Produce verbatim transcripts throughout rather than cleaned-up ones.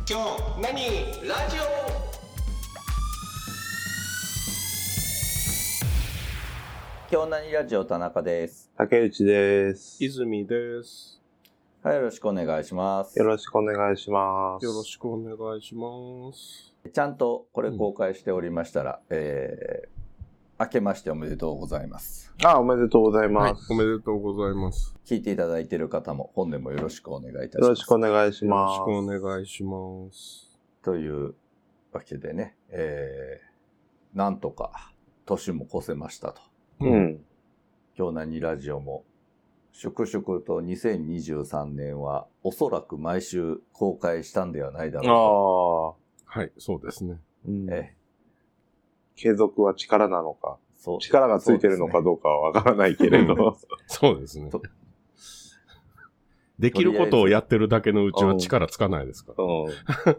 今日何ラジオ。 今日何ラジオ田中です。 竹内です。 泉です。 はい、よろしくお願いします。 よろしくお願いします。 よろしくお願いします。 ちゃんとこれ公開しておりましたら、うん、えー、明けましておめでとうございます。 あ、おめでとうございます、 はい。おめでとうございます。 聞いていただいている方も本年もよろしくお願いいたします。 よろしくお願いします。 よろしくお願いします。 というわけでね、えー、なんとか年も越せましたと。 うん。 今日何ラジオも粛々とにせんにじゅうさんねんはおそらく毎週公開したんではないだろうと。ああ。はい、そうですね。 うん、え継続は力なのか、 そう力がついてるのかどうかはわからないけれど。 そうですね。できることをやってるだけのうちは力つかないですから。 うん、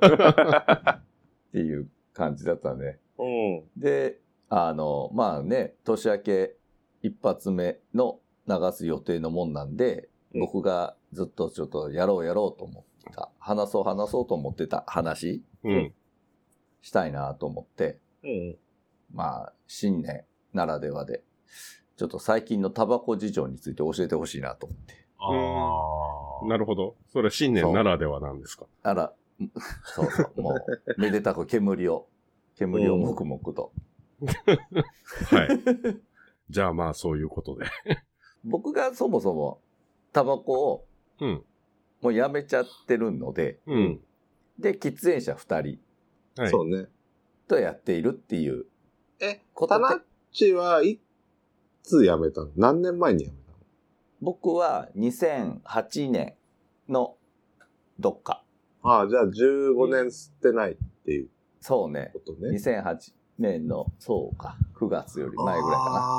っていう感じだったね。 うん、 で、あの、まあね、年明け一発目の流す予定のもんなんで、うん、僕がずっとちょっとやろうやろうと思った、話そう話そうと思ってた話、 うん、 したいなと思って、 うん、 まあ、新年ならではで、ちょっと最近のタバコ事情について教えてほしいなと思って。 ああ、なるほど。それ新年ならではなんですか。 あら、そうそう、もう、めでたく煙を、煙をもくもくと。 はい。じゃあまあそういうことで。 僕がそもそもタバコをもうやめちゃってるので、 うん、 で、喫煙者ふたり、 はい、そうね。 とやっているっていう。 え、タナッチはいつ辞めたの？何年前に辞めたの？ 僕はにせんはちねんのどっか。 ああ、じゃあじゅうごねん吸ってないっていう、ね。 そうね。にせんはちねんの、そうか、くがつより前ぐらいかな。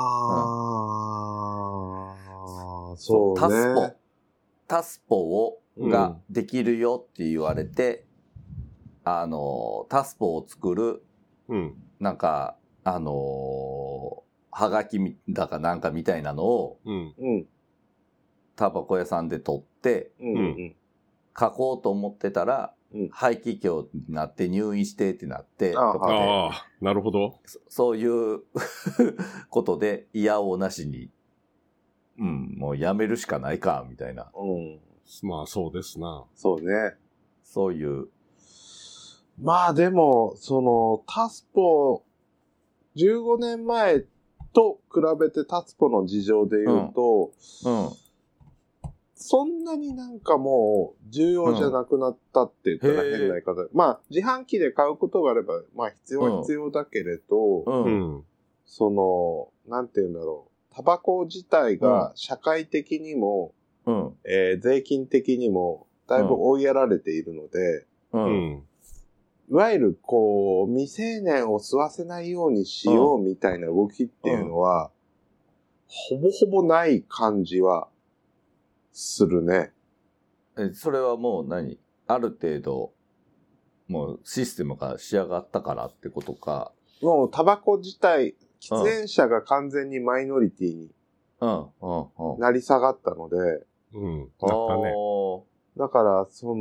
ああ、うん、そうね。 タスポ。タスポを、ができるよって言われて、うん、あの、タスポを作る、 うん、 なんか、あのー、はがきだかなんかみたいなのを、 うん、 タバコ屋さんで取って、 うんうん、 書こうと思ってたら、うん、肺気胸になって入院してってなって、 あとかで、ああ、なるほど。 そ, そういうことで、いやおうなしに、うん、もうやめるしかないか、みたいな。 うん。 まあそうですな。 そうね。 そういう。 まあでも、その、タスポ、じゅうごねんまえと比べてタスポの事情で言うと、 うん。うん、 そんなになんかもう重要じゃなくなったって言ったら変な言い方、うん、まあ自販機で買うことがあればまあ必要は必要だけれど、 うん、 そのなんて言うんだろう、タバコ自体が社会的にも、 うん、 えー、税金的にもだいぶ追いやられているので、 うんうん、 いわゆるこう未成年を吸わせないようにしようみたいな動きっていうのは、うん、ほぼほぼない感じはするね。 え、それはもう何？ある程度、もうシステムが仕上がったからってことか。 もうタバコ自体、喫煙者が完全にマイノリティになり下がったので。 うん、なったね。 だから、そ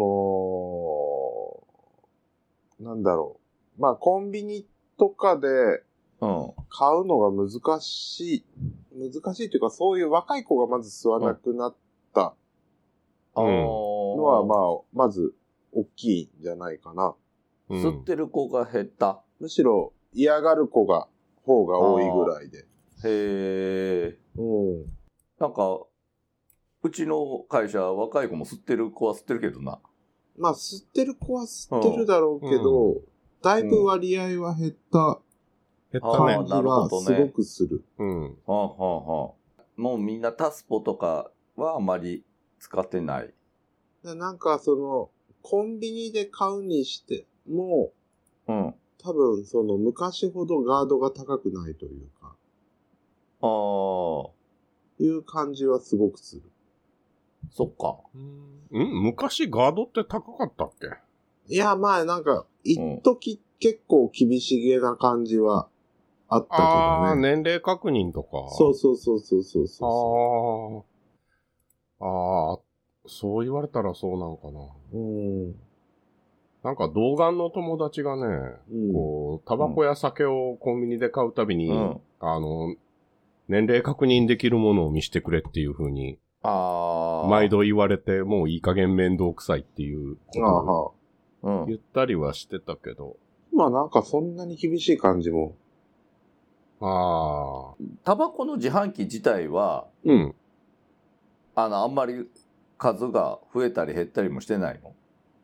の、なんだろう。まあ、コンビニとかで買うのが難しい。難しいというか、そういう若い子がまず吸わなくなったのは、まあ、まず大きいんじゃないかな。 吸ってる子が減った。 むしろ嫌がる子が、方が多いぐらいで。 へー。 うん。 なんか、うちの会社、若い子も吸ってる子は吸ってるけどな。 まあ、吸ってる子は吸ってるだろうけど、うん、だいぶ割合は減った感じはすごくする。 うん。はあ、はあはあ、もうみんなタスポとかはあまり使ってない。 なんかその、コンビニで買うにしても、 うん。 多分その昔ほどガードが高くないというか。 ああ。 いう感じはすごくする。 そっか。 うん、昔ガードって高かったっけ？ いや、まあなんか、一時結構厳しげな感じはあったけどね。ああ、年齢確認とか。 そうそうそうそうそうそう。ああ。ああ、そう言われたらそうなのかな。 うん。 なんか童顔の友達がね、 うん、 こう、タバコや酒をコンビニで買うたびに、 うん、 あの、年齢確認できるものを見せてくれっていう風に、 ああ。 毎度言われて、もういい加減面倒くさいっていうことをうん。 言ったりはしてたけど。 まあなんかそんなに厳しい感じも。 ああ。 タバコの自販機自体は、 うん。 あの、あんまり数が増えたり減ったりもしてないの？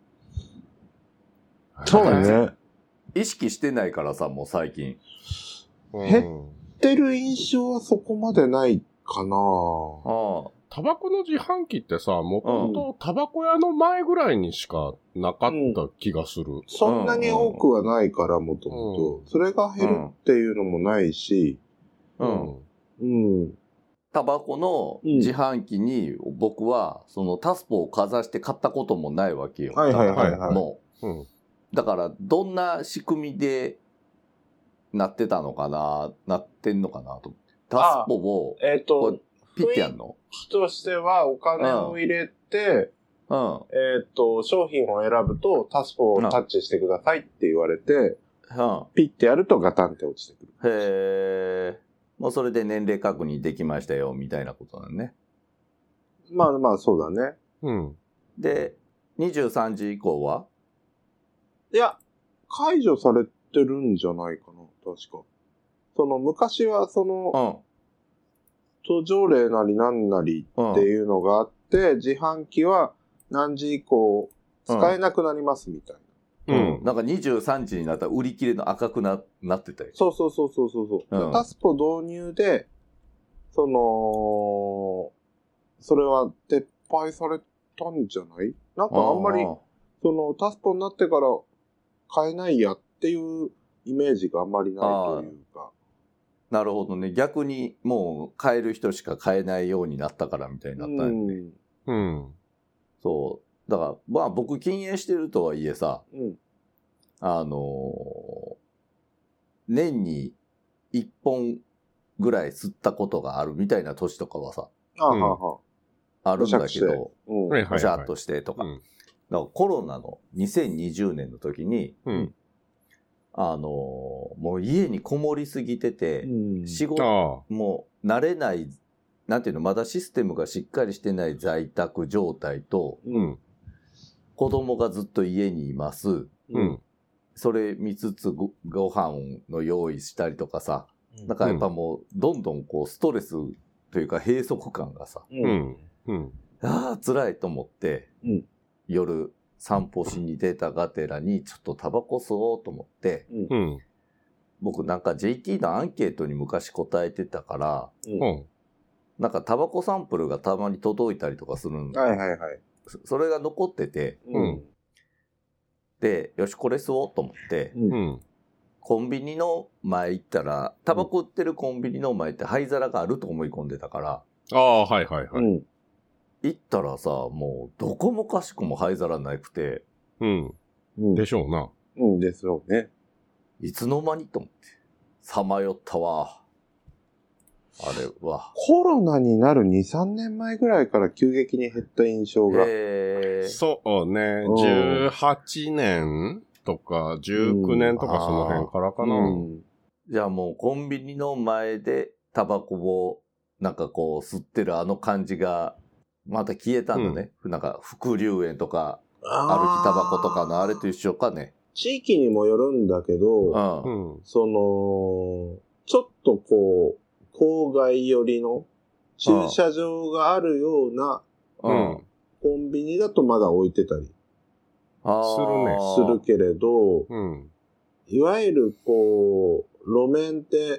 そうだね。 意識してないからさ、もう最近。 減ってる印象はそこまでないかな。 ああ。 タバコの自販機ってさ、もともとタバコ屋の前ぐらいにしかなかった気がする。うん、 そんなに多くはないから、もともと。それが減るっていうのもないし。 うん。 うん。うん、 タバコの自販機に僕は、そのタスポをかざして買ったこともないわけよ。 はいはいはいはい。 もう。うん、だから、どんな仕組みでなってたのかな、なってんのかなと。タスポを、 えっと、 ピッてやんの？ としてはお金を入れて、うん、えっと、商品を選ぶとタスポをタッチしてくださいって言われて、うん、ピッてやるとガタンって落ちてくる。 へー。もうそれで年齢確認できましたよ、みたいなことだね。 まあまあ、そうだね。 うん。 で、にじゅうさんじ以降はいや、解除されてるんじゃないかな、確か。その、昔はその、うん、途上例なりなんなりっていうのがあって、うん、自販機は何時以降使えなくなりますみたいな。うん。うん、なんかにじゅうさんじになったら売り切れの赤く な, なってたよ。 そうそうそうそうそう、うん。タスポ導入で、その、それは撤廃されたんじゃない？なんかあんまり、そのタスポになってから買えないやっていうイメージがあんまりないというか。 なるほどね。逆にもう買える人しか買えないようになったからみたいになったんよね。 うん。 そう。だから、まあ僕禁煙してるとはいえさ、うん、あのー、年にいっぽんぐらい吸ったことがあるみたいな年とかはさ、 あ、うん、 あるんだけど、 おしゃっとしてとか。うん、だからコロナのにせんにじゅうねんの時に、うんあのー、もう家にこもりすぎてて、うん、仕事、もう慣れない、なんていうの、まだシステムがしっかりしてない在宅状態と、うん、子供がずっと家にいます。うん、それ見つつご、ご飯の用意したりとかさ、だからやっぱもう、どんどんこう、ストレスというか閉塞感がさ、うんうん、ああ、辛いと思って、うん、夜、散歩しに出たがてらにちょっとタバコ吸おうと思って、うん、僕なんか ジェイティー のアンケートに昔答えてたから、うん、なんかタバコサンプルがたまに届いたりとかするんだ、 はいはいはい、 それが残ってて、うん、でよしこれ吸おうと思って、うん、コンビニの前行ったらタバコ売ってるコンビニの前って灰皿があると思い込んでたから、 ああはいはいはい、うん行ったらさ、もう、どこもかしくも灰皿なくて。 うん。うん、でしょうな。 うんですよね。 いつの間にと思って。さまよったわ。あれは。 コロナになるに、さんねんまえぐらいから急激に減った印象が。 へー。 そうね。じゅうはちねんとか、じゅうきゅうねんとかその辺からかな。うん、 じゃあもうコンビニの前でタバコをなんかこう吸ってるあの感じが、また消えたんだね。うん、なんか、副流煙とか、歩きタバコとかのあれと一緒かね。 地域にもよるんだけど、うん、その、ちょっとこう、郊外寄りの駐車場があるような、うん、コンビニだとまだ置いてたりするね。するけれど、うん、いわゆるこう、路面って、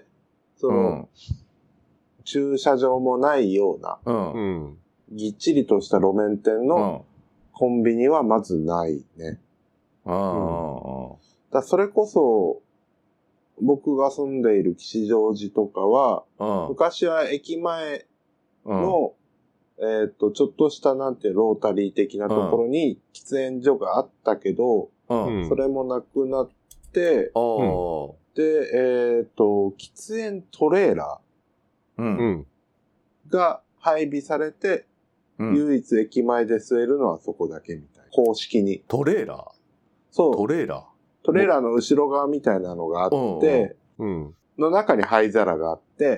その、うん、駐車場もないような、うんうんぎっちりとした路面店のコンビニはまずないね。うん、だそれこそ、僕が住んでいる吉祥寺とかは、昔は駅前の、えっと、ちょっとしたなんてロータリー的なところに喫煙所があったけど、それもなくなって、で、えっと、喫煙トレーラーが配備されて、うん、唯一駅前で吸えるのはそこだけみたいな。公式に。 トレーラーそう。 トレーラートレーラーの後ろ側みたいなのがあって、 うん。 の中に灰皿があって、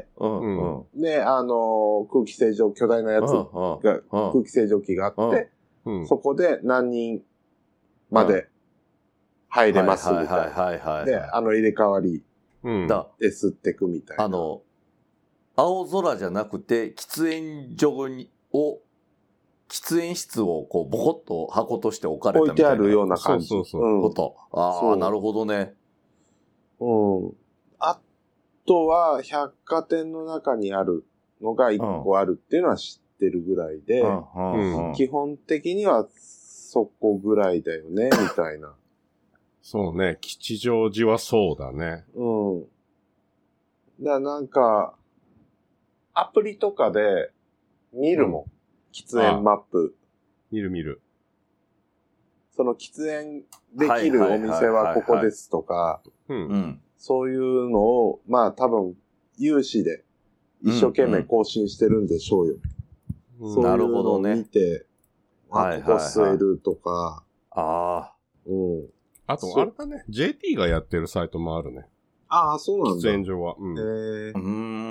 うんうん、 で、あのー、空気清浄、巨大なやつが、空気清浄機があって、うん、そこで何人まで入れますみたいな。で、あの入れ替わりで吸ってくみたいな。 あの、青空じゃなくて、喫煙所にを、喫煙室をこうボコッと箱として置かれたみたいな。 置いてあるような感じ。 そうそうそう。こと。ああ、なるほどね。 うん。あとは、百貨店の中にあるのが一個あるっていうのは知ってるぐらいで、うんうん、基本的にはそこぐらいだよね、みたいな。 そうね、吉祥寺はそうだね。 うん。だからなんか、アプリとかで見るもん。うん、喫煙マップ。 見る見る。 その喫煙できるお店はここですとか、そういうのを、まあ多分、有志で一生懸命更新してるんでしょうよ。 うんうん、そういうのを見て、あ、ここ吸えるとか。 ああ。 うん。 あと、あれだね。ジェーティー がやってるサイトもあるね。 ああ、そうなんだ。 喫煙所は。うん。 へえ。 うん。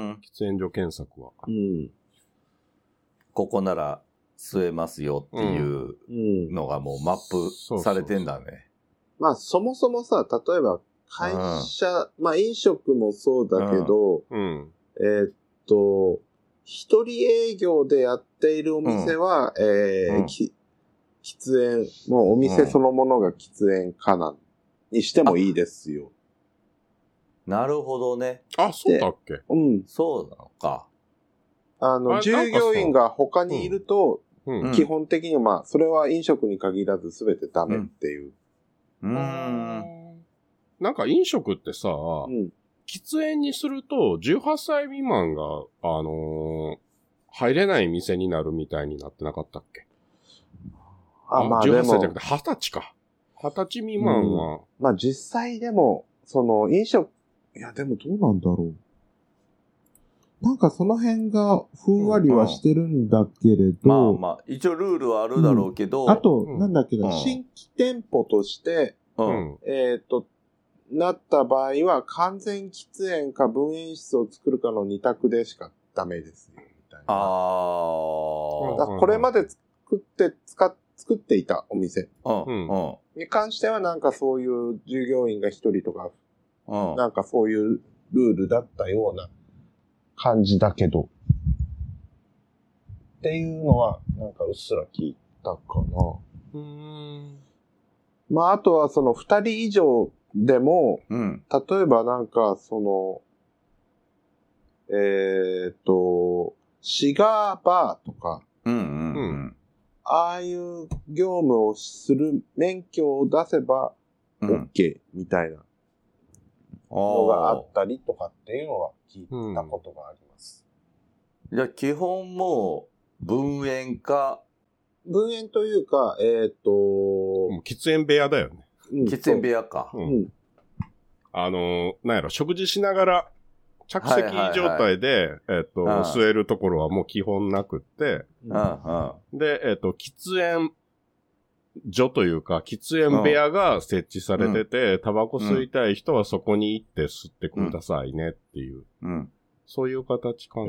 喫煙所検索は。 うん。 ここなら吸えますよっていうのがもうマップされてんだね。 まあ、そもそもさ、例えば会社、うん、まあ飲食もそうだけど、 うん、 えー、っと、一人営業でやっているお店は、うん、えーうん、き喫煙、もうお店そのものが喫煙可能にしてもいいですよ。 なるほどね。 あ、そうだっけ？ うん。 そうなのか。 あの、従業員が他にいると、うん、基本的にまあ、それは飲食に限らず全てダメっていう。 うん。うーんなんか飲食ってさ、うん、喫煙にするとじゅうはっさい未満が、あのー、入れない店になるみたいになってなかったっけ？ あ、まあじゅうはっさいじゃなくてはたちか。はたち未満は、うん。 まあ実際でも、その飲食、いやでもどうなんだろう。なんかその辺がふんわりはしてるんだけれど。 まあまあ、一応ルールはあるだろうけど。 うん、あと、なんだっけど、うん、新規店舗として、 うん、 えっと、なった場合は完全喫煙か分煙室を作るかの二択でしかダメですよ、みたいな。 ああ。 これまで作って、使っ、作っていたお店うんに関してはなんかそういう従業員が一人とか、 うん、 なんかそういうルールだったような感じだけど。っていうのは、なんかうっすら聞いたかな。 うーん。 まあ、あとはその二人以上でも、 うん、 例えばなんかその、えー、っと、シガーバーとか、 うんうんうん、 ああいう業務をする免許を出せば OK みたいなのがあったりとかっていうのは聞いたことがあります。 うん、じゃあ基本もう分煙か分煙というか、えっと、 喫煙部屋だよね。 うん、喫煙部屋か。 うん。あの、なんやろ、食事しながら、着席状態で、はいはいはい、えっと、うん、吸えるところはもう基本なくって、 うんうん、 で、えっと、喫煙所というか、喫煙部屋が設置されてて、タバコ吸いたい人はそこに行って吸ってくださいねっていう、 うん、 そういう形かな。 うん、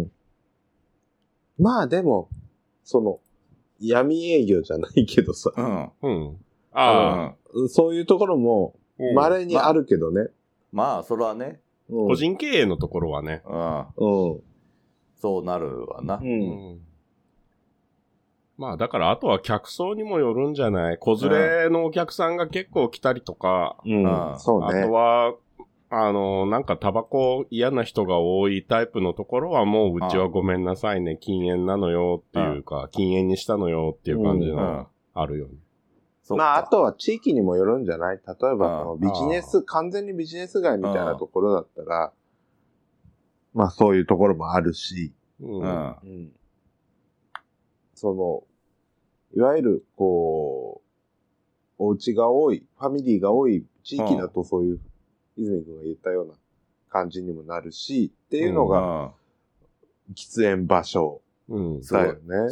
まあでも、その、闇営業じゃないけどさ。 うん。 うん。ああ、そういうところも、稀にあるけどね。 まあ、まあ、それはね。 うん、個人経営のところはね。 うん。 うん。 そうなるわな。 うん。うん、 まあ、だから、あとは客層にもよるんじゃない？子連れのお客さんが結構来たりとか。 うん。うん、そうね。 あとは、あの、なんかタバコ嫌な人が多いタイプのところはもううちはごめんなさいね、禁煙なのよっていうか、禁煙にしたのよっていう感じのあるよね。 うん、まあ、あとは地域にもよるんじゃない？例えばそのビジネス、完全にビジネス街みたいなところだったら、まあそういうところもあるし、 うんうん、その、いわゆるこう、お家が多い、ファミリーが多い地域だとそういう、泉君が言ったような感じにもなるし、っていうのが、喫煙場所だよね。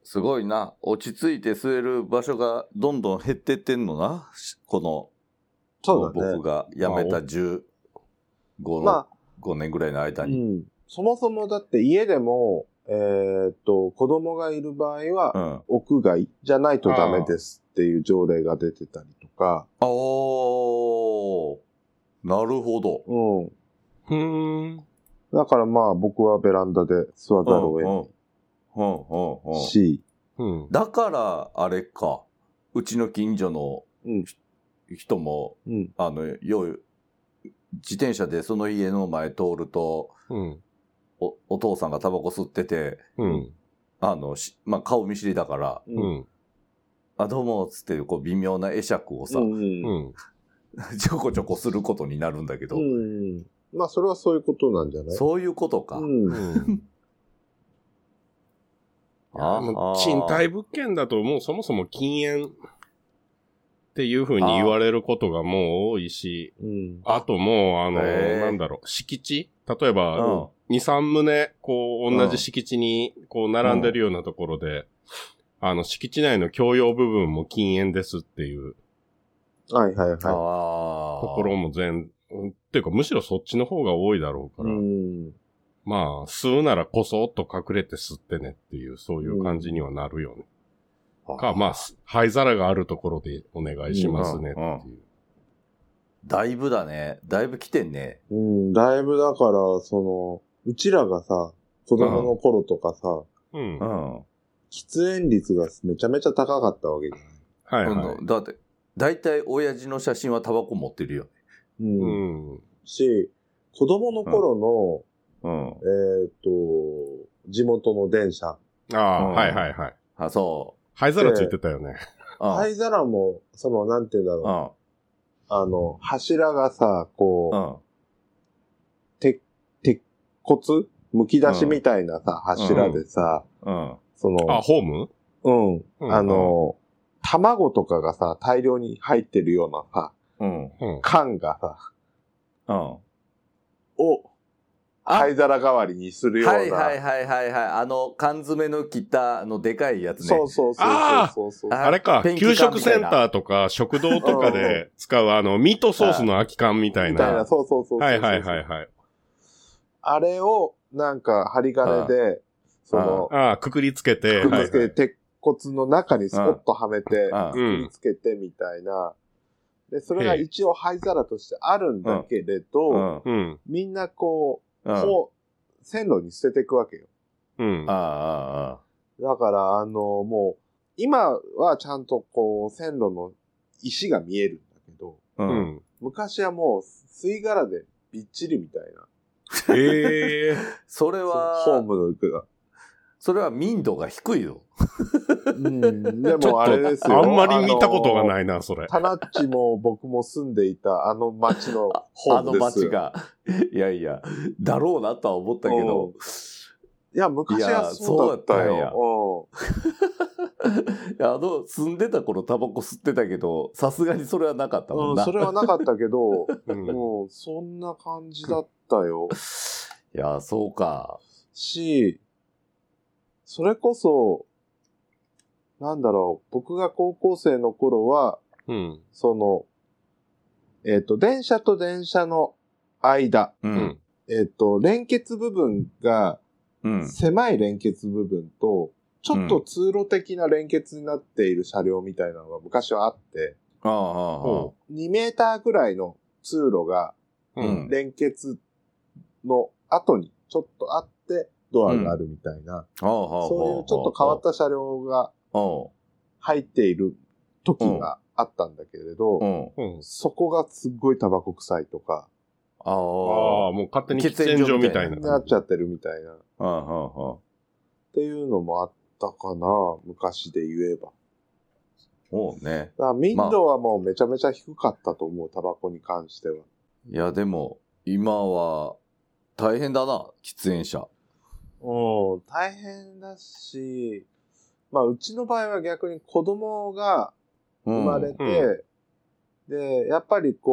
すごいな。落ち着いて吸える場所がどんどん減ってってんのな。この、 そうだね。 僕が辞めたじゅうご、 まあ、 ごねんぐらいの間に。 うん。そもそもだって家でも、えーっと、子供がいる場合は、 うん。 屋外じゃないとダメですっていう条例が出てたりとか。 おー。なるほど。 うん。 ふーん。 だからまあ僕はベランダで吸わざるを得ないうんうんうん。 し、 うん。 だから、あれか。うちの近所のうん。 人も、 うん。 あの、よう、自転車でその家の前通ると、 うん。 お、お父さんがタバコ吸ってて、 うん。 あの、しまあ、顔見知りだから、 う。 うんん。 あ、どうも、つって、こう、微妙な会釈をさ、 うん。 うん。 ちょこちょこすることになるんだけど、 うん。まあそれはそういうことなんじゃない？ そういうことか。 うん。 うん。 あもう賃貸物件だともうそもそも禁煙っていう風に言われることがもう多いし、 うん。 あともうあの、 へーなんだろう、敷地例えうば、 ん。 に、さん棟、こう、同じ敷地に、こう、並んでるようなところで、あの、敷地内の共用部分も禁煙ですっていうはいはいはああ。 ところも全、うんっていうか、むしろそっちの方が多いだろうかい。 ら、 うん。 まあ、吸うならこそっと隠れて吸ってねっていう、そういう感じにはなるよね。か、まあ、灰皿があるところでお願いしますねっていう。 うんうんだいぶだね。だいぶ来てんね。 うん。だいぶだから、その、うちらがさ、子供の頃とかさ、 うん。 うはいん。 喫煙率がめちゃめちゃ高かったわけじゃない。 はい。 うんだって、だいたい親父の写真はタバコ持ってるよ。 う。 うんん。 し、子供の頃うん。 の、えっと、地元の電車。 ああ、 うんはいはいはい。 あ、そ灰皿ついてたよね。 う。うん。 灰皿も、その、なんて言うんだろう。 うん。 あの、柱がさ、こう、 うん。 鉄、鉄骨剥き出しみたいなさ、柱でさ、 うん。 その、 あ、ホームうん、 うんあの、卵とかがさ、大量に入ってるようなさ、 うん。 うん。 缶がさ、 うん。 を、 あ灰皿代わりにするような。 はいはいはいはいはい。あの、缶詰の切った、あの、でかいやつね。 そうそうそうあーそうそう。 ああれかペン、キ給缶みたいな食センターとか食堂とかで使うあの、ミートソースの空き缶みたいな。 みたいな、そうそうそうそう。 はいはいはいはい。 あれを、なんか、針金で、その、 ああ、くくりつけて、 くくりつけはいて、鉄骨の中にスポッとはめて、 うんくくりつけてみたいな。で、それが一応灰皿としてあるんだけれど、 うん。 はいうん。 みんなこう、 うん。 こう、線路に捨てていくわけよ。 うん。 ああ、あだから、あの、もう、今はちゃんとこう、線路の石が見えるんだけど、 あ。う。 うんん。 昔はもう、吸い殻でびっちりみたいな。 ええ。 それは、 ホームの行くが。 それは民度が低いよ。 うん。でもあれですよ。 あんまり見たことがい。 ないな、それ。 タナッチも僕も住んでいたあの町のホあのームですよ。 街が。いやいや、だろうなとは思ったけど。 いや、昔はそうだったいやそうやったんよ。 いやあの、住んでた頃タバコ吸ってたけど、さすがにそれはなかったうん。うん、 もんな。 それはなかったけど、 うんもう、そんな感じだったよ。 いや、そうか。 し、それこそ、なんだろう、僕が高校生の頃は、 うん。 その、えっ、と、電車と電車の間、 う。 うんん。 えっ、と、連結部分が、 うん。 狭い連結部分と、ちょっと通路的な連結になっている車両みたいなのが昔はあって、 ああ、ああ。 にメーターぐらいの通路がうん。 連結の後にちょっとあってドアがあるみたいな、 ああ、 そういうちょっと変わった車両がた。 入っている時があったんだけれど、 うん。 うん。 そこがすっごいタバコ臭いとか、 あああ、もう勝手に喫煙所みたいな。 なっちゃってるみたいな、っあ。ああ、ああ。 ていうのもあったかな、昔で言えば。 もうね。 だから民度はもうめちゃめちゃ低かったと思う、タバコに関しては。 いや、でも、今は、大変だな、喫煙者。 うん、大変だし、まあ、うちの場合は逆に子供が生まれて、 うんで、やっぱり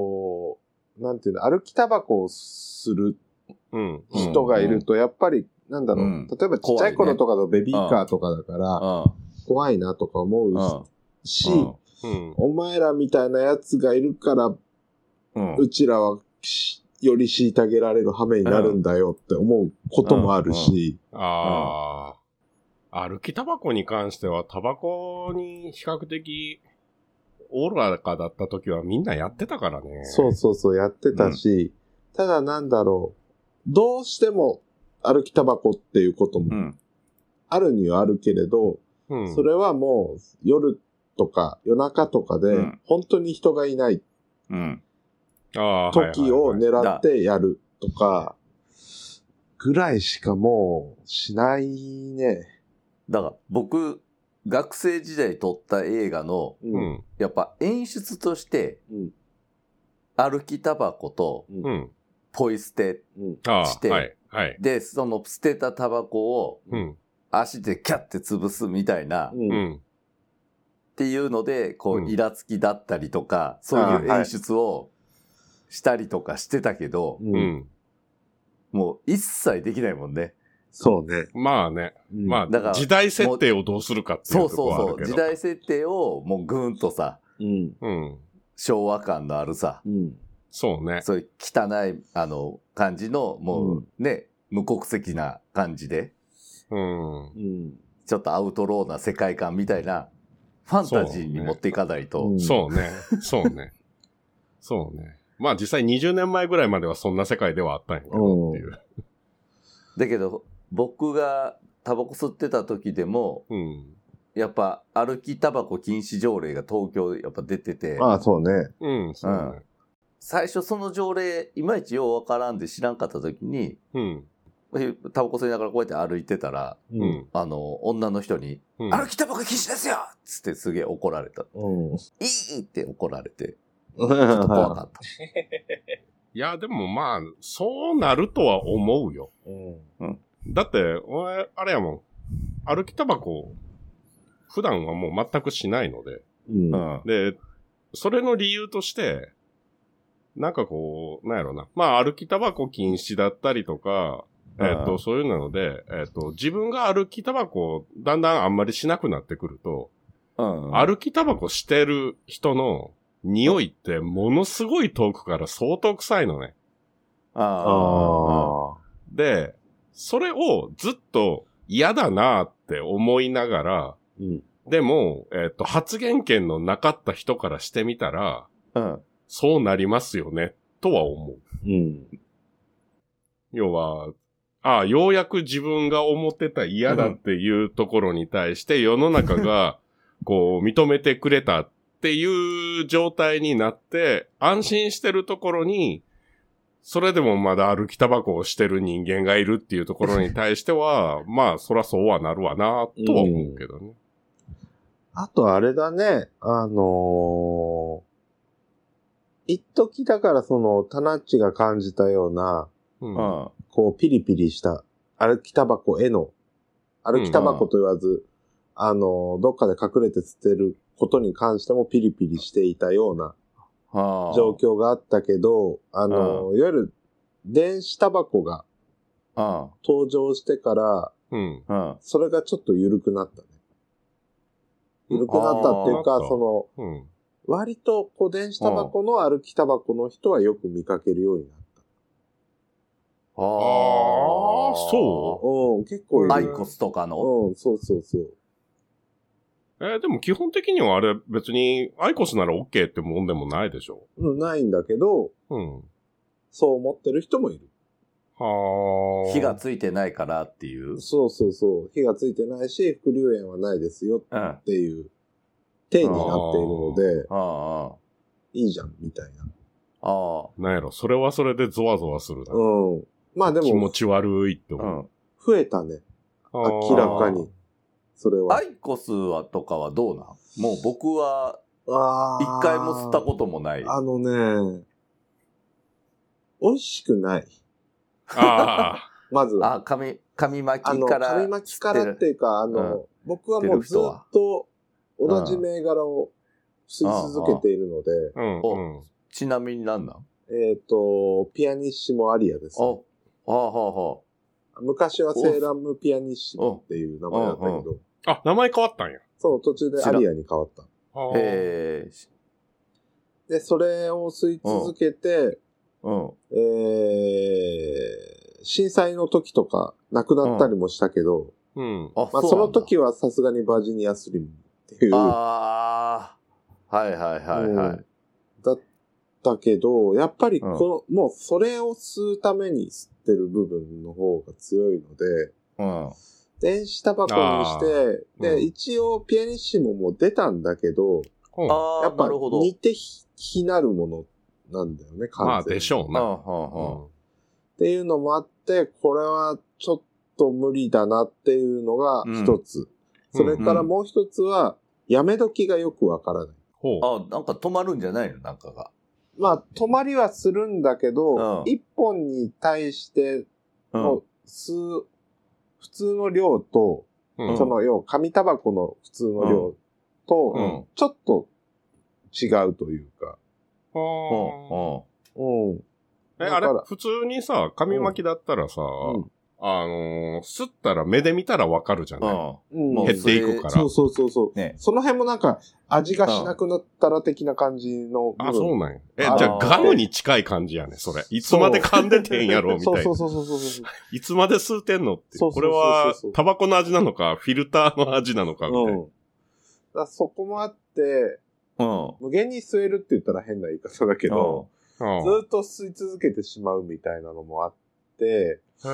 こう、なんていうの、歩きタバコをするうん。 人がいると、やっぱり、 なんだろう、 うん、 例えばちっちゃい頃とかのベビーカーとかだから、 うん、 怖いなとか思うし、 うん、 お前らみたいなやつがいるから、うん、うちらはより虐げられる羽目になるんだよって思うこともあるし。 うんうん、ああ。歩きタバコに関しては、タバコに比較的、おおらかだった時はみんなやってたからね。 そうそうそう、やってたし、うん、ただなんだろう、どうしても歩きタバコっていうこともあるにはあるけれど、うん、それはもう夜とか夜中とかで本当に人がいない時を狙ってやるとかぐらいしかもうしないね。 だから僕、学生時代撮った映画の、うん、やっぱ演出として、うん、歩きタバコとポイ捨てして、うんはいはい、で、その捨てたタバコを足でキャッて潰すみたいな、うん、っていうので、こう、イラつきだったりとか、そういう演出をしたりとかしてたけど、うん、もう一切できないもんね。 そうね。 まあね。まあ、だから時代設定をどうするかっていうところはあるけど。そうそうそう。 時代設定をもうぐーんとさ、うんうん、昭和感のあるさ、うん、 そうね。 そういう汚い、あの、感じの、もうね、うん、無国籍な感じで、うん、ちょっとアウトローな世界観みたいな、ファンタジーに持っていかないと。 そうね。そうね。そうね。まあ実際にじゅうねんまえぐらいまではそんな世界ではあったんやけどっていう。 だけど、僕がタバコ吸ってた時でも、うん、やっぱ歩きタバコ禁止条例が東京やっぱ出てて。 ああ、そうね。 うん、そうね、うん。 最初その条例、いまいちようわからんで知らんかった時に、うん、タバコ吸いながらこうやって歩いてたら、うん、あの、女の人に、うん、歩きタバコ禁止ですよつってすげえ怒られた。うん、いいって怒られて、ちょっと怖かった。 いや、でもまあ、そうなるとは思うよ。うん、だって、俺、あれやもん。歩きタバコ、普段はもう全くしないので。うん、で、それの理由として、なんかこう、なんやろな。まあ、歩きタバコ禁止だったりとか、えっと、そういうので、えっと、自分が歩きタバコをだんだんあんまりしなくなってくると、歩きタバコしてる人の、匂いってものすごい遠くから相当臭いのね。ああ。で、それをずっと嫌だなって思いながら、うん、でも、えっと、発言権のなかった人からしてみたら、うん、そうなりますよね、とは思う。うん、要は、ああ、ようやく自分が思ってた嫌だっていうところに対して世の中が、こう、認めてくれたっていう状態になって、安心してるところに、それでもまだ歩きタバコをしてる人間がいるっていうところに対しては、まあ、そらそうはなるわな、とは思うけどね。うん、 あとあれだね、あのー、一時だからその、タナッチが感じたような、うん、こう、ピリピリした歩きタバコへの、歩きタバコと言わず、うん、あのー、どっかで隠れて捨てることに関してもピリピリしていたような状況があったけど、あの、いわゆる電子タバコが登場してから、うん、それがちょっと緩くなったね。緩くなったっていうか、その、うん、割とこう電子タバコの歩きタバコの人はよく見かけるようになった。 ああ、そう？ うん、結構いる。 アイコスとかの？ うん、そうそうそう。 えー、でも基本的にはあれ別にアイコスなら OK ってもんでもないでしょ？ うん、ないんだけど、うん。そう思ってる人もいる。 はあ。火がついてないからっていう。 そうそうそう。火がついてないし、副流煙はないですよっていう体になっているので、ああいいじゃん、みたいな。 ああ。なんやろ、それはそれでゾワゾワするな。 うん。まあでも。 気持ち悪いって思う。うん、 増えたね。明らかに。それは。 アイコスはとかはどうなん？もう僕は、一回も吸ったこともない。 あのね、美味しくない。 ああ。 まずは。あ、紙、紙巻きから。 紙巻きからっていうか、あの、うん、僕はもうずっと同じ銘柄を吸い続けているので。 うんうん、ちなみに何なん？ えっと、ピアニッシモアリアです、ね。 あ、はあはあはあ。 昔はセーラムピアニッシモっていう名前だったけど。 あ、名前変わったんや。 そう、途中でアリアに変わった。 へー。で、それを吸い続けて、 うん。 えー、震災の時とか亡くなったりもしたけど、 うん。 まあ、その時はさすがにバージニアスリムっていう。 ああ、はいはいはいはい。うん、 だったけど、やっぱりこの、うん、もうそれを吸うために吸ってる部分の方が強いので、うん、電子タバコにして、で、うん、一応ピアニッシモも出たんだけど、 うん、 やっぱ似て非なるものなんだよね、完全に。 まあでしょうな、 うんうんうん。 っていうのもあって、これはちょっと無理だなっていうのが一つ。うん、それからもう一つは、やめ時がよくわからない。 うんうん、あ、なんか止まるんじゃないのなんかが。 まあ、止まりはするんだけど、一、うん、本に対しての吸う、うん、普通の量と、うん、その要は紙タバコの普通の量と、うん、ちょっと違うというか。 うん。うん。え、あれ、普通にさ、紙巻きだったらさ、うん、あのー、吸ったら目で見たらわかるじゃない、うん、減っていくから。 そうそうそうそう、ね。その辺もなんか、味がしなくなったら的な感じの。 あ、そうなんや。え、じゃあガムに近い感じやね、それ。いつまで噛んでてんやろ、みたいな。 そうそうそうそうそう。 いつまで吸うてんのって。そうそうそうそう。これは、タバコの味なのか、フィルターの味なのか、みたいな。うん、 だそこもあって、うん、無限に吸えるって言ったら変な言い方だけど、うん、ずっと吸い続けてしまうみたいなのもあって、うん、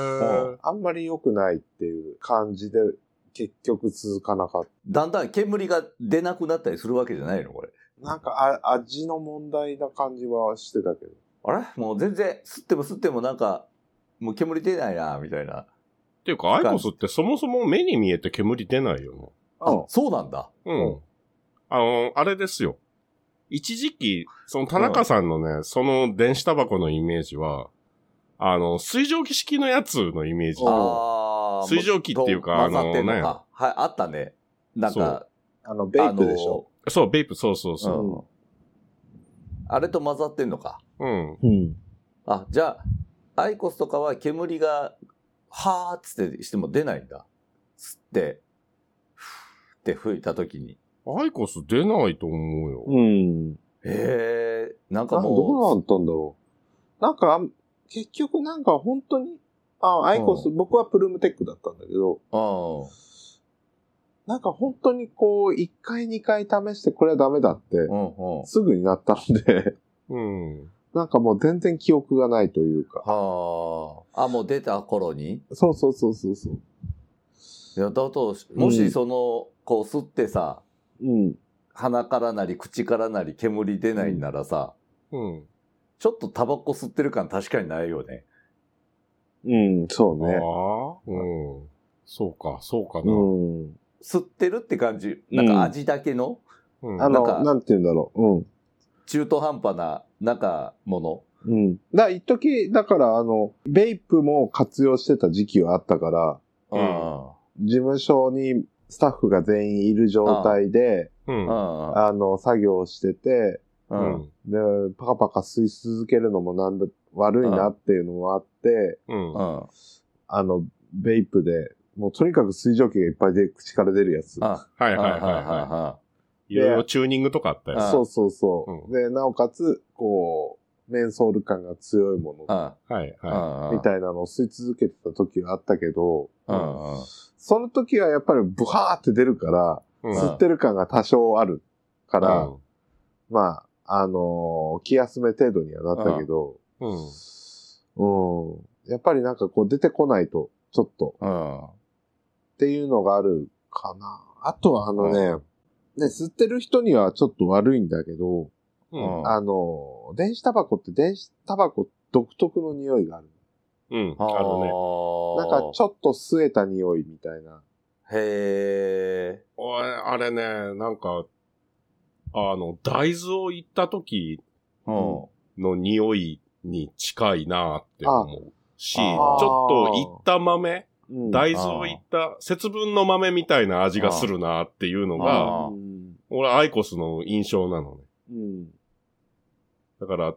あんまり良くないっていう感じで結局続かなかった。 だんだん煙が出なくなったりするわけじゃないのこれ。 なんかあ味の問題な感じはしてたけど。 あれもう全然吸っても吸ってもなんかもう煙出ないなみたいな。 っていうかアイコスってそもそも目に見えて煙出ないよね。 あ、そうなんだ。 うん。あの、あれですよ。一時期、その田中さんのね、うん、その電子タバコのイメージは、あの、水蒸気式のやつのイメージ。あ水蒸気っていうか、あの、ね、 はい、あったね。なんか、 あの、ベイプでしょ。 そう、ベイプ、そうそうそう、 うん。あれと混ざってんのか。 うん。 うん。 あ、じゃあ、アイコスとかは煙が、はーっつってしても出ないんだ。吸って、ふーって吹いたときに。 アイコス出ないと思うよ。 うん。 へえ、なんかもう。 どうなったんだろう。なんか、結局なんか本当に、あ、アイコス、うん、僕はプルームテックだったんだけど、 あなんか本当にこう、いっかいにかい試してこれはダメだって、 うんうん、 すぐになったんで、 うん、 なんかもう全然記憶がないというか。 はあ。あ、もう出た頃にそうそうそうそうそう。 いや、だと、もしその、うん、こう吸ってさ、 うん、 鼻からなり口からなり煙出ないんならさ、 うん、 ちょっとタバコ吸ってる感確かにないよね。 うん、そうね。 ああ、うん。そうか、そうかな。 うん、 吸ってるって感じ。なんか味だけの、 うん、あの、なん、なんて言うんだろう。うん。 中途半端な、なんか、もの。 うん。だ、一時、だから、あの、ベイプも活用してた時期はあったから、 うん、 事務所にスタッフが全員いる状態で、 うん、 あの、作業してて、 うん、 で、パカパカ吸い続けるのもなんだ、悪いなっていうのもあって、 うん、 あの、ベイプで、もうとにかく水蒸気がいっぱいで口から出るやつ。 あ、はいはいはいはい。いろいろチューニングとかあったよ。 そうそうそう。うん、で、なおかつ、こう、メンソール感が強いもの。 はいはい。 みたいなのを吸い続けてた時はあったけど、 うん、 その時はやっぱりブハーって出るから、うん、吸ってる感が多少あるから、うん、まあ、あのー、気休め程度にはなったけど、 うん。 うん。やっぱりなんかこう出てこないと、ちょっと、 うん。 っていうのがあるかな。あとはあのね、うん、ね、吸ってる人にはちょっと悪いんだけど、 うん、 あの、電子タバコって電子タバコ独特の匂いがある。 うん、あるね。 なんかちょっと吸えた匂いみたいな。 へー。 おい、あれね、なんか、あの、大豆をいった時の匂いに近いなって思うし、ちょっといった豆、うん、大豆をいった節分の豆みたいな味がするなっていうのが、俺アイコスの印象なのね。 うん、 だから、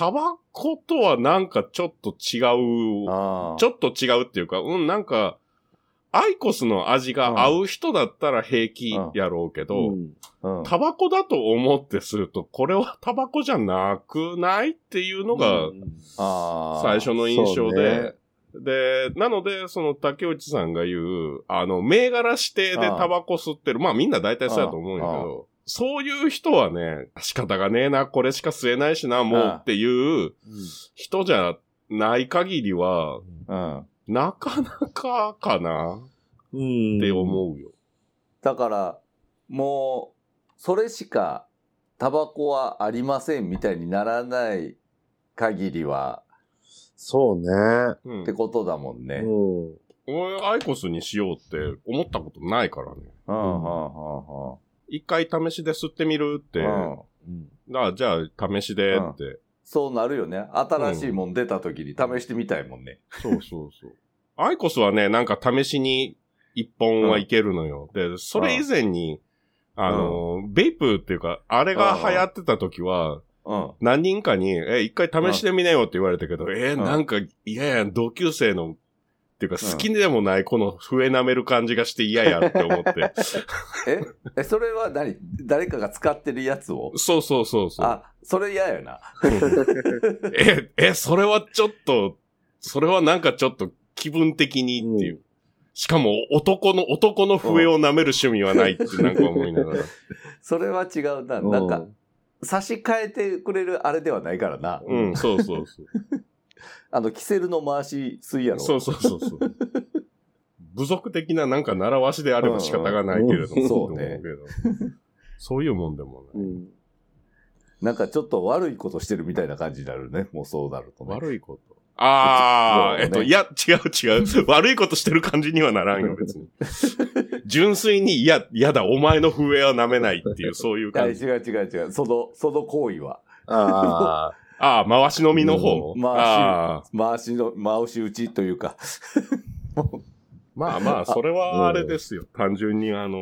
タバコとはなんかちょっと違う。 あちょっと違うっていうか、うん、なんか、アイコスの味が合う人だったら平気やろうけど、 うんうん、 タバコだと思ってすると、これはタバコじゃなくないっていうのが、最初の印象で、で、なので、その竹内さんが言う、あの、銘柄指定でタバコ吸ってる、まあみんな大体そうやと思うんやけど、そういう人はね、仕方がねえな、これしか吸えないしな、もうっていう人じゃない限りは、うん、なかなかかなって思うよ。 だから、もう、それしかタバコはありませんみたいにならない限りは、 そうね、 うん。ってことだもんね。 うん。俺、アイコスにしようって思ったことないからね。 うんうんうんうん、 一回試しで吸ってみるって。うん、あじゃあ、試しでって、うん。 そうなるよね。新しいもん出た時に試してみたいもんね。 うん、そうそうそう。アイコスはね、なんか試しに一本はいけるのよ。うん、で、それ以前に、うん、あの、うん、ベイプっていうか、あれが流行ってた時は、うん、何人かに、え、一回試してみなよって言われたけど、うん、えー、なんか嫌やん、同級生の、っていうか好きでもないこの笛舐める感じがして嫌やって思って。 ええ、それは何誰かが使ってるやつをそうそうそうそう。 あ、それ嫌やな。 え、え、それはちょっと、それはなんかちょっと気分的にっていう。うん、しかも男の、男の笛を舐める趣味はないってなんか思いながら。 それは違うな。なんか、差し替えてくれるあれではないからな。 うん、そうそうそう。 あの、キセルの回し吸いやろ。 そうそうそうそう。部族的ななんか習わしであれば仕方がないけれども。 そうね。 そういうもんでもない、うん。 なんかちょっと悪いことしてるみたいな感じになるね。もうそうなるとね。 悪いことああ、ね、えっと、いや、違う違う。悪いことしてる感じにはならんよ、別に。純粋に、いや、やだ、お前の笛は舐めないっていう、そういう感じ。 いや、違う違う違う。その、その行為は。 ああ。ああ、回し飲みの方、うん、 回し、回しの、回し打ちというか。 まあまあ、それはあれですよ。単純にあの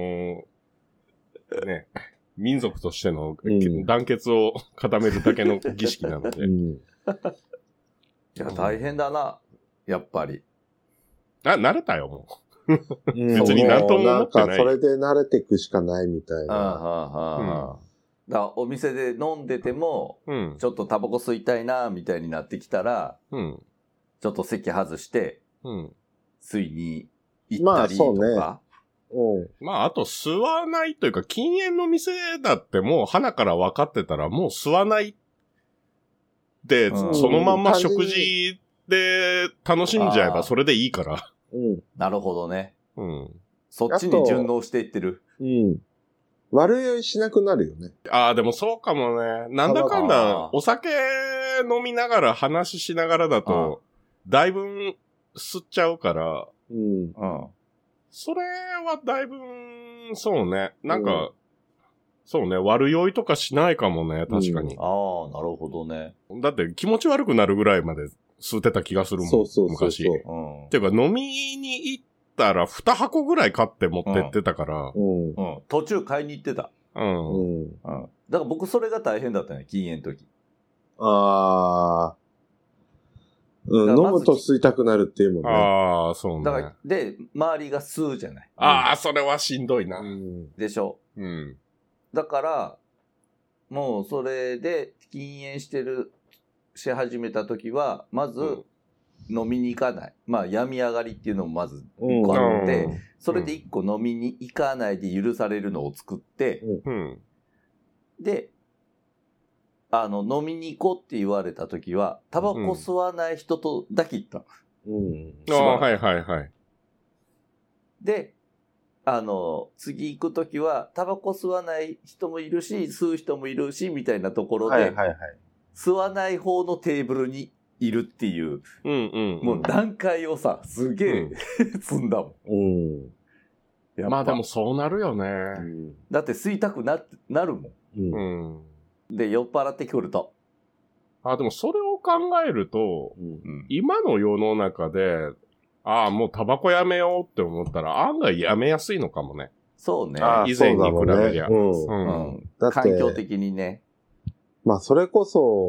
ー、ね、民族としての団結を固めるだけの儀式なので。うんいや、大変だな。やっぱり。 あ、慣れたよ、もう。別に何とも思ってない。 なんか、それで慣れていくしかないみたいな。 ああ、はあ、はあ。だからお店で飲んでても、うん、ちょっとタバコ吸いたいな、みたいになってきたら、うん、ちょっと席外して、うん、吸いに行ったりとか。まあ、そうね。 うん。 まあ、あと吸わないというか、禁煙の店だってもう鼻から分かってたらもう吸わないで、うん、そのまんま食事で楽しんじゃえばそれでいいから。 うん。なるほどね。うん。そっちに順応していってる。 うん。悪酔いしなくなるよね。 ああ、でもそうかもね。なんだかんだ、お酒飲みながら話しながらだと、だいぶ吸っちゃうから。うん。うん。それはだいぶ、そうね。なんか、うんそうね。悪酔いとかしないかもね。確かに。 うん、ああ、なるほどね。 だって気持ち悪くなるぐらいまで吸ってた気がするもん。そうそうそうそう。昔。うん、ていうか飲みに行ったらに箱ぐらい買って持ってってたから。 うんうん、途中買いに行ってた。うん。うん。だから僕それが大変だったね。禁煙の時。 ああ。うん、飲むと吸いたくなるっていうもんね。 ああ、そうね。 だからで、周りが吸うじゃない。 ああ、それはしんどいな。うん、 でしょ。うん。だから、もうそれで禁煙してる、し始めた時は、まず飲みに行かない。まあ、病み上がりっていうのもまず一個あって、それで一個飲みに行かないで許されるのを作って、で、あの、飲みに行こうって言われた時は、タバコ吸わない人とだけ行った。 うん。ああ、はいはいはい。 で、あの、次行くときは、タバコ吸わない人もいるし、吸う人もいるし、みたいなところで、はいはいはい、吸わない方のテーブルにいるっていう、うんうんうん、もう段階をさ、すげえ、うん、積んだもん。 うん、まあでもそうなるよね。 うん、だって吸いたく な, なるもん、うんうん。で、酔っ払ってくると。 あ、でもそれを考えると、うんうん、今の世の中で、ああ、もうタバコやめようって思ったら案外やめやすいのかもね。 そうね。 以前に比べりゃ。 うん。うん。だって環境的にね。 まあそれこそ、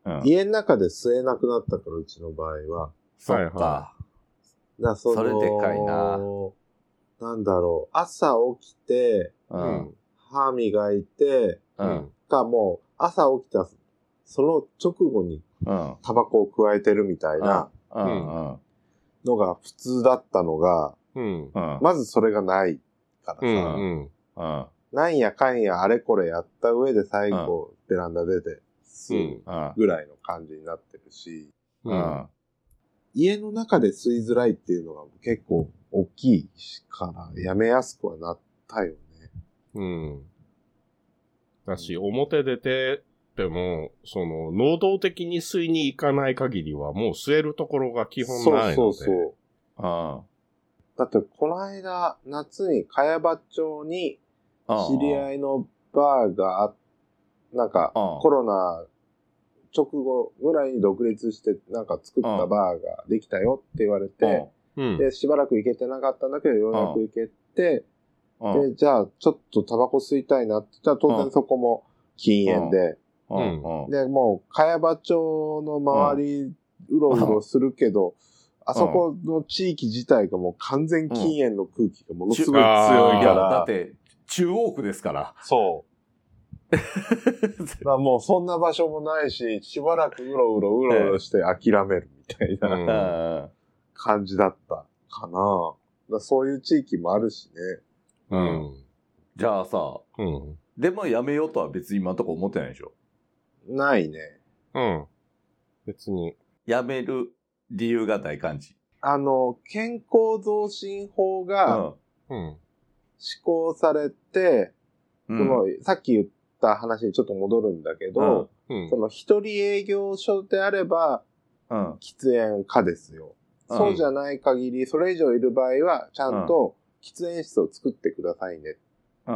うん、 家の中で吸えなくなったから、うちの場合は。 そっか。 だそ, それでかいな。 なんだろう。朝起きて、 うん、 歯磨いて、 うん、 かもう朝起きたその直後にタバコを加えてるみたいなのが普通だったのが、 うんうん、 まずそれがないからさ、 うんうん、 なんやかんやあれこれやった上で最後ベランダ出て吸うぐらいの感じになってるし、 うん、 家の中で吸いづらいっていうのが結構大きいからやめやすくはなったよね。 うん。だし、表出てても、その、能動的に吸いに行かない限りはもう吸えるところが基本ないので。そうそうそう。 ああ。だって、この間、夏に茅場町に知り合いのバーがあ、なんか、コロナ直後ぐらいに独立して、なんか作ったバーができたよって言われて、で、しばらく行けてなかったんだけど、ようやく行けて、で、じゃあ、ちょっとタバコ吸いたいなって言ったら、当然そこも禁煙で、で、もう、茅場町の周り、うろうろするけど、あそこの地域自体がもう完全禁煙の空気がものすごい強いから。 だって、中央区ですから。 そう。だからもうそんな場所もないし、しばらくうろうろうろうろして諦めるみたいな感じだったかな。だそういう地域もあるしね。 うん。じゃあさ、うん、でもやめようとは別に今のとこ思ってないでしょ？ ないね。 うん。別に。 やめる理由がない感じ。 あの、健康増進法が施行されて、うん、そのさっき言った話にちょっと戻るんだけど、うん、その一人営業所であれば、うん、喫煙可ですよ。うん、そうじゃない限り、それ以上いる場合は、ちゃんと、喫煙室を作ってくださいね。うん。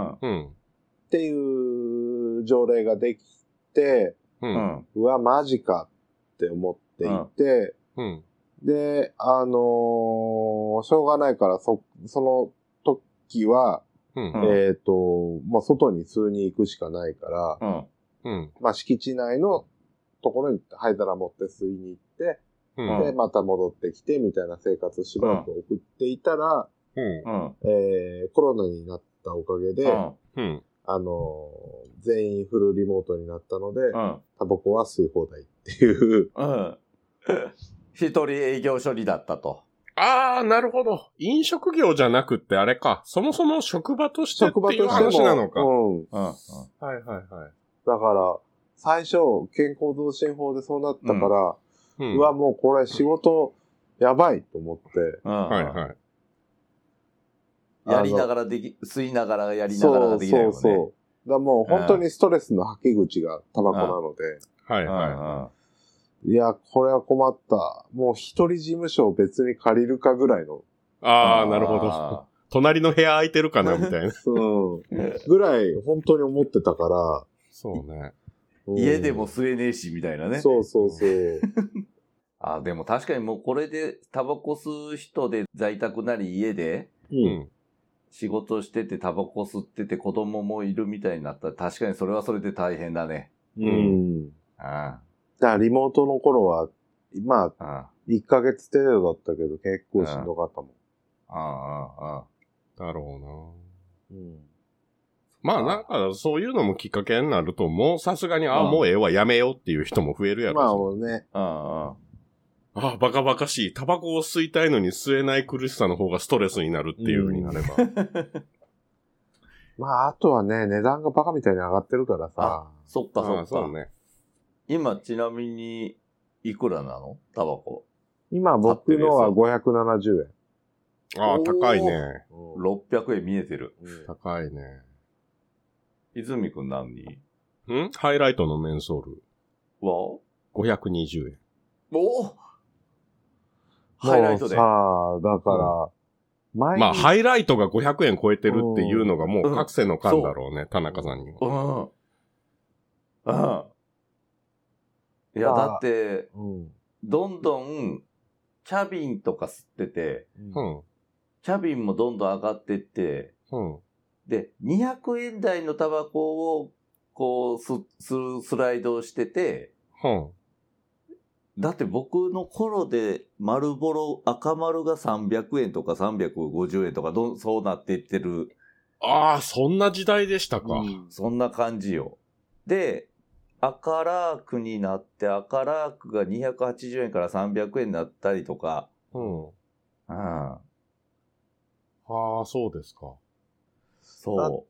っていう条例ができて、うん。うわ、マジかって思っていて、うん。で、あのー、しょうがないから、そ、その時は、うん、えっと、まあ、外に吸いに行くしかないから、うん。まあ、敷地内のところに灰皿持って吸いに行って、うん。で、また戻ってきて、みたいな生活をしばらく送っていたら、うんえー、コロナになったおかげで、うん、あのー、全員フルリモートになったので、うん、タバコは吸い放題っていう。うん。 一人営業処理だったと。 ああ、なるほど。飲食業じゃなくってあれか。そもそも職場としてっていう話なのか。うん。うん。はいはいはい。 だから、最初、健康増進法でそうなったから、うん、うわ、もうこれ仕事やばいと思って。うん、はいはい。 やりながらでき、吸いながらやりながらができないよね。そうそうそう。 だもう本当にストレスの吐き口がタバコなので。はいはいはい。いや、これは困った。もう一人事務所を別に借りるかぐらいの。 ああ、なるほど。隣の部屋空いてるかなみたいな。 うん。ぐらい本当に思ってたから。 そうね。 うん、家でも吸えねえし、みたいなね。 そうそうそう。 あ、でも確かにもうこれでタバコ吸う人で在宅なり家で、うん。仕事しててタバコ吸ってて子供もいるみたいになったら確かにそれはそれで大変だね。うん。 ああ。だからリモートの頃は、まあ、いっかげつ程度だったけど結構しんどかったもん。ああ、ああ、だろうな。うん。まあなんかそういうのもきっかけになるともうさすがに、ああ、もうええわやめようっていう人も増えるやろ。 まあもうね。 ああ。ああ、バカバカしい。タバコを吸いたいのに吸えない苦しさの方がストレスになるっていう風になれば。 まあ、あとはね、値段がバカみたいに上がってるからさ。あ、 そっかそっか。そうね。今ちなみに、いくらなの？タバコ。 今僕のはごひゃくななじゅうえん。ああ、高いね。 ろっぴゃくえん見えてる。 うん、高いね。 泉くん何に？ ん？ハイライトのメンソール。 は？ ごひゃくにじゅうえん。 おお！ハイライトで。 さあ、だから、 うん、まあ、ハイライトがごひゃくえん超えてるっていうのがもう覚醒の感だろうね、うん、田中さんには。 うん。うん。いや、だって、うん、どんどん、キャビンとか吸ってて、うん、キャビンもどんどん上がってって、うん、で、にひゃくえん台のタバコを、こう、す、す、スライドしてて、うん、 だって僕の頃で丸ボロ赤丸がさんびゃくえんとかさんびゃくごじゅうえんとかどそうなっていってる。 ああ、そんな時代でしたか。 うん、そんな感じよ。で、赤ラークになって赤ラークがにひゃくはちじゅうえんからさんびゃくえんになったりとか。 うん。うん。 ああ、そうですか。 そう。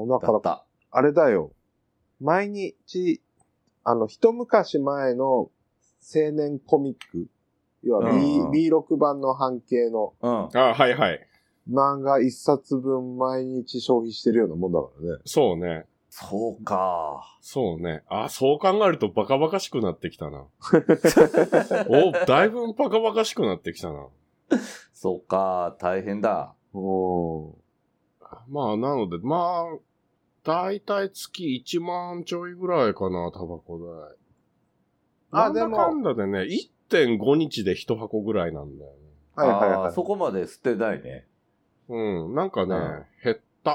だから、あれだよ。毎日、あの、一昔前の青年コミック、要は B、うんうん、ビーろく 版の半径の、 うん、あ、はいはい。 漫画一冊分毎日消費してるようなもんだからね。 そうね。 そうか。 そうね。あ、そう考えるとバカバカしくなってきたな。お、だいぶバカバカしくなってきたな。 そうか、大変だ。 おまあ、なので、まあ、だいたい月いちまんちょいぐらいかな、タバコ代。あ、でも。なんだかんだでね、いってんご 日でいち箱ぐらいなんだよね。 はいはいはい。そこまで捨てないね。 うん、なんかね、うん、減った。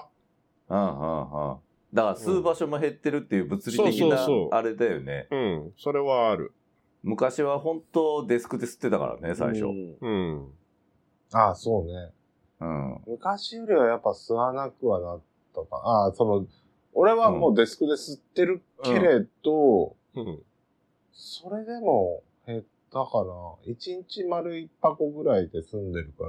うんうんうん。だから吸う場所も減ってるっていう物理的なあれだよね。 うん、それはある。 昔は本当デスクで吸ってたからね、最初。 うん。うん、 ああ、そうね。うん。昔よりはやっぱ吸わなくはなったか。ああ、その、俺はもうデスクで吸ってるけれど、うん。うん、それでも減ったかな。一日丸一箱ぐらいで済んでるから。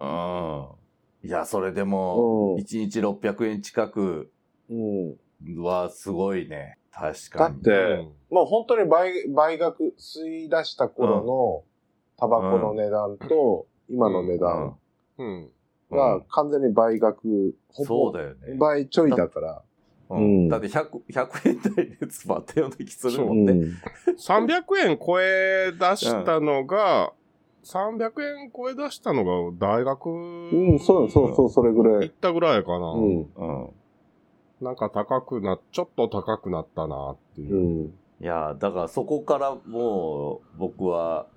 うん。いや、それでも、一日ろっぴゃくえん近くはすごいね。確かに。 だって、うん、もう本当に倍、倍額、吸い出した頃のタバコの値段と、今の値段が完全に倍額、 そうだよね。 倍ちょいだから。 うん、だってひゃく、ひゃくえん台で詰まったような気するもんね。うん、 さんびゃくえん超え出したのが、うん、さんびゃくえん超え出したのが大学、 うん、そうそうそう、それぐらい。 行ったぐらいかな。 うん。うん、 なんか高くな、ちょっと高くなったなっていう。うん、 いや、だからそこからもう僕は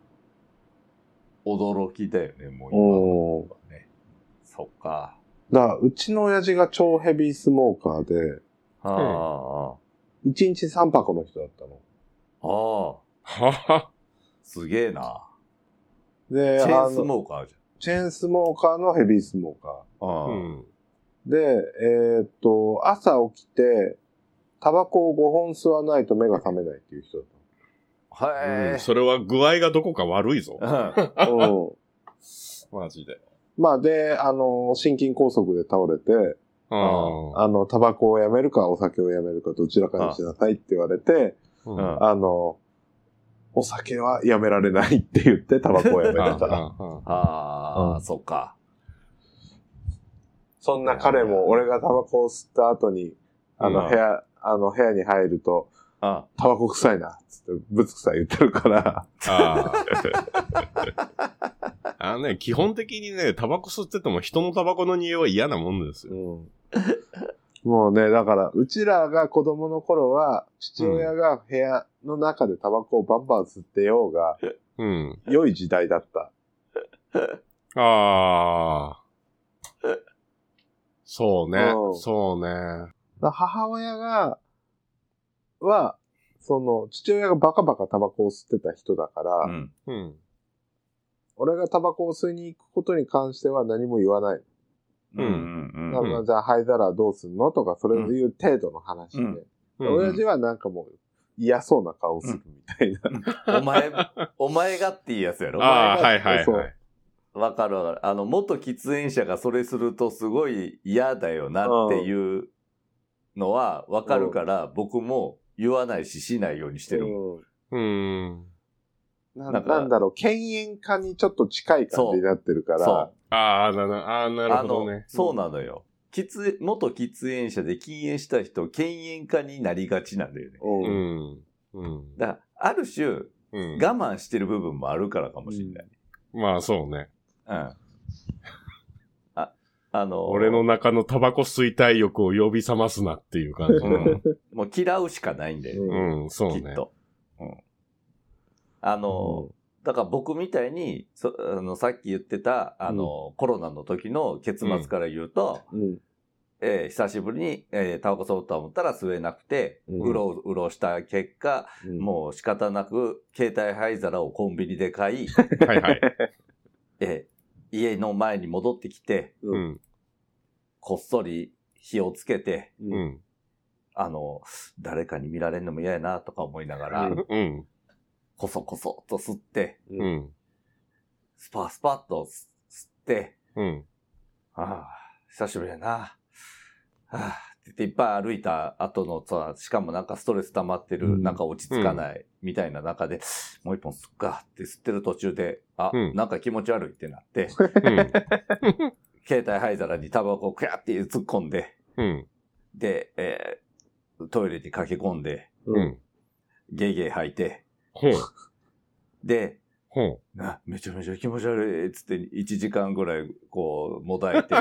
驚きだよね、もう今はね。そっか。 だからうちの親父が超ヘビースモーカーで、 ああ、 いちにちさん箱の人だったの。 ああ。はは。すげえな。 で、 チェーンスモーカーじゃん。 チェーンスモーカーのヘビースモーカー。 ああ、うん、 で、えー、っと、朝起きて、タバコをごほん吸わないと目が覚めないっていう人だったの。はい、 うん。それは具合がどこか悪いぞ。うん。マジで。 まあ、で、あの、心筋梗塞で倒れて、 あ, あの、タバコをやめるかお酒をやめるかどちらかにしなさいって言われて、あ, あの、お酒はやめられないって言ってタバコをやめてたら。 ああ、うん、そっか。 そんな彼も俺がタバコを吸った後に、あの部屋、あの部屋に入ると、タバコ臭いな、つってぶつくさ言ってるから。 ああのね、基本的にね、タバコ吸ってても人のタバコの匂いは嫌なもんですよ。うん、 もうね、だから、うちらが子供の頃は、父親が部屋の中でタバコをバンバン吸ってようが、 うん、 良い時代だった。 ああ。そうね、うん、そうね。 母親が、は、その、父親がバカバカタバコを吸ってた人だから、 うんうん、 俺がタバコを吸いに行くことに関しては何も言わない。 うんうんうんうん、 じゃあ灰皿どうすんのとか、それいう程度の話で。うんうん、親父はなんかもう嫌そうな顔するみたいな。 うん、お前、お前がっていいやつやろ。 ああ、はいはいはい。 わかるわかる。あの、元喫煙者がそれするとすごい嫌だよなっていうのはわかるから、うん、僕も言わないししないようにしてる。 うん。うんな, なんだろう、犬猿化にちょっと近い感じになってるから。そう。そうああ、な, な, あなるほどね。 そうなのよ。喫元喫煙者で禁煙した人、犬猿化になりがちなんだよね。 うん。うん。 だからある種、うん、我慢してる部分もあるからかもしれない。 うん、まあそうね。 うん。あ、あのー、 俺の中のタバコ吸いたい欲を呼び覚ますなっていう感じ。うん。 もう嫌うしかないんだよね。 うん、そうね。 きっと。うん。あの、うん、だから僕みたいに、そあのさっき言ってた、あの、うん、コロナの時の結末から言うと、うん、 えー、久しぶりに、えー、タバコ吸おうと思ったら吸えなくて、うん、うろうろした結果、うん、もう仕方なく、携帯灰皿をコンビニで買い、はいはい。えー、家の前に戻ってきて、うん、こっそり火をつけて、うん、あの、誰かに見られるのも嫌やなとか思いながら、うん、こそこそと吸って、うん、スパスパッと吸って、うん、ああ、久しぶりやな。はぁ、って言っていっぱい歩いた後のさ、しかもなんかストレス溜まってる、うん、なんか落ち着かないみたいな中で、うん、もう一本吸っかって吸ってる途中で、あ、うん、なんか気持ち悪いってなって、うん、携帯灰皿にタバコをクヤって突っ込んで、うん、で、えー、トイレに駆け込んで、うん、ゲーゲー吐いて、うん、で、うん、なめちゃめちゃ気持ち悪いっつっていちじかんぐらいこうもだえて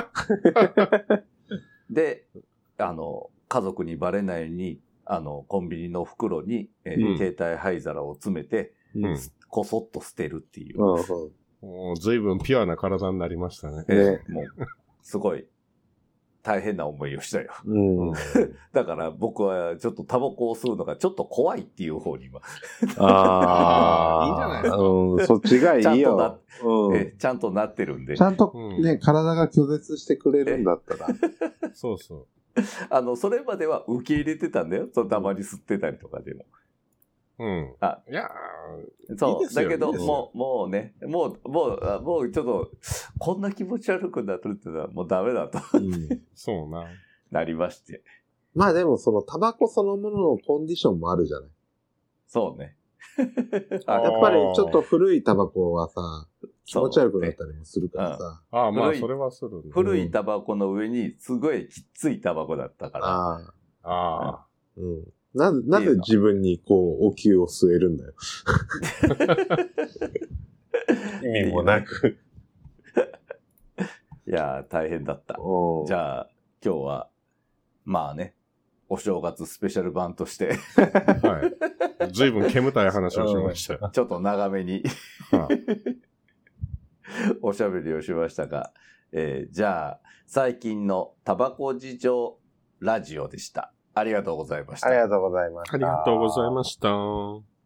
で、あの家族にバレないようにあのコンビニの袋に、えーうん、携帯灰皿を詰めて、うん、こそっと捨てるっていう。 もう随分ピュアな体になりましたね。 えー、もうすごい大変な思いをしたよ。うん、だから僕はちょっとタバコを吸うのがちょっと怖いっていう方に今。 ああ、いいんじゃないですか。うん、そっちがいいよ。ちゃんとな、 うん、えちゃんとなってるんで。 ちゃんとね、うん、体が拒絶してくれるんだったら。 そうそう。 あの、それまでは受け入れてたんだよ。そのたまに吸ってたりとかでも。うん。あ、いやー、そう。いいですよ、だけど、もう、もうね、もう、もう、もうちょっと、こんな気持ち悪くなってるってのはもうダメだと。うん、 そうな。 なりまして。 まあでも、その、タバコそのもののコンディションもあるじゃない。 そうね。 やっぱりちょっと古いタバコはさ、気持ち悪くなったりもするからさ。 うん、ああ、まあ、それはする、ね。 古いタバコの上に、すごいきついタバコだったから。ああ。 ああ。うん。な、なぜ自分にこう、お灸を据えるんだよ。意味もなく。 いやー、大変だった。じゃあ、今日は、まあね、お正月スペシャル版として。 はい。随分煙たい話をしました。 ちょっと長めにはあ、おしゃべりをしましたが、えー、じゃあ、最近のタバコ事情ラジオでした。ありがとうございました。 ありがとうございました。 ありがとうございました。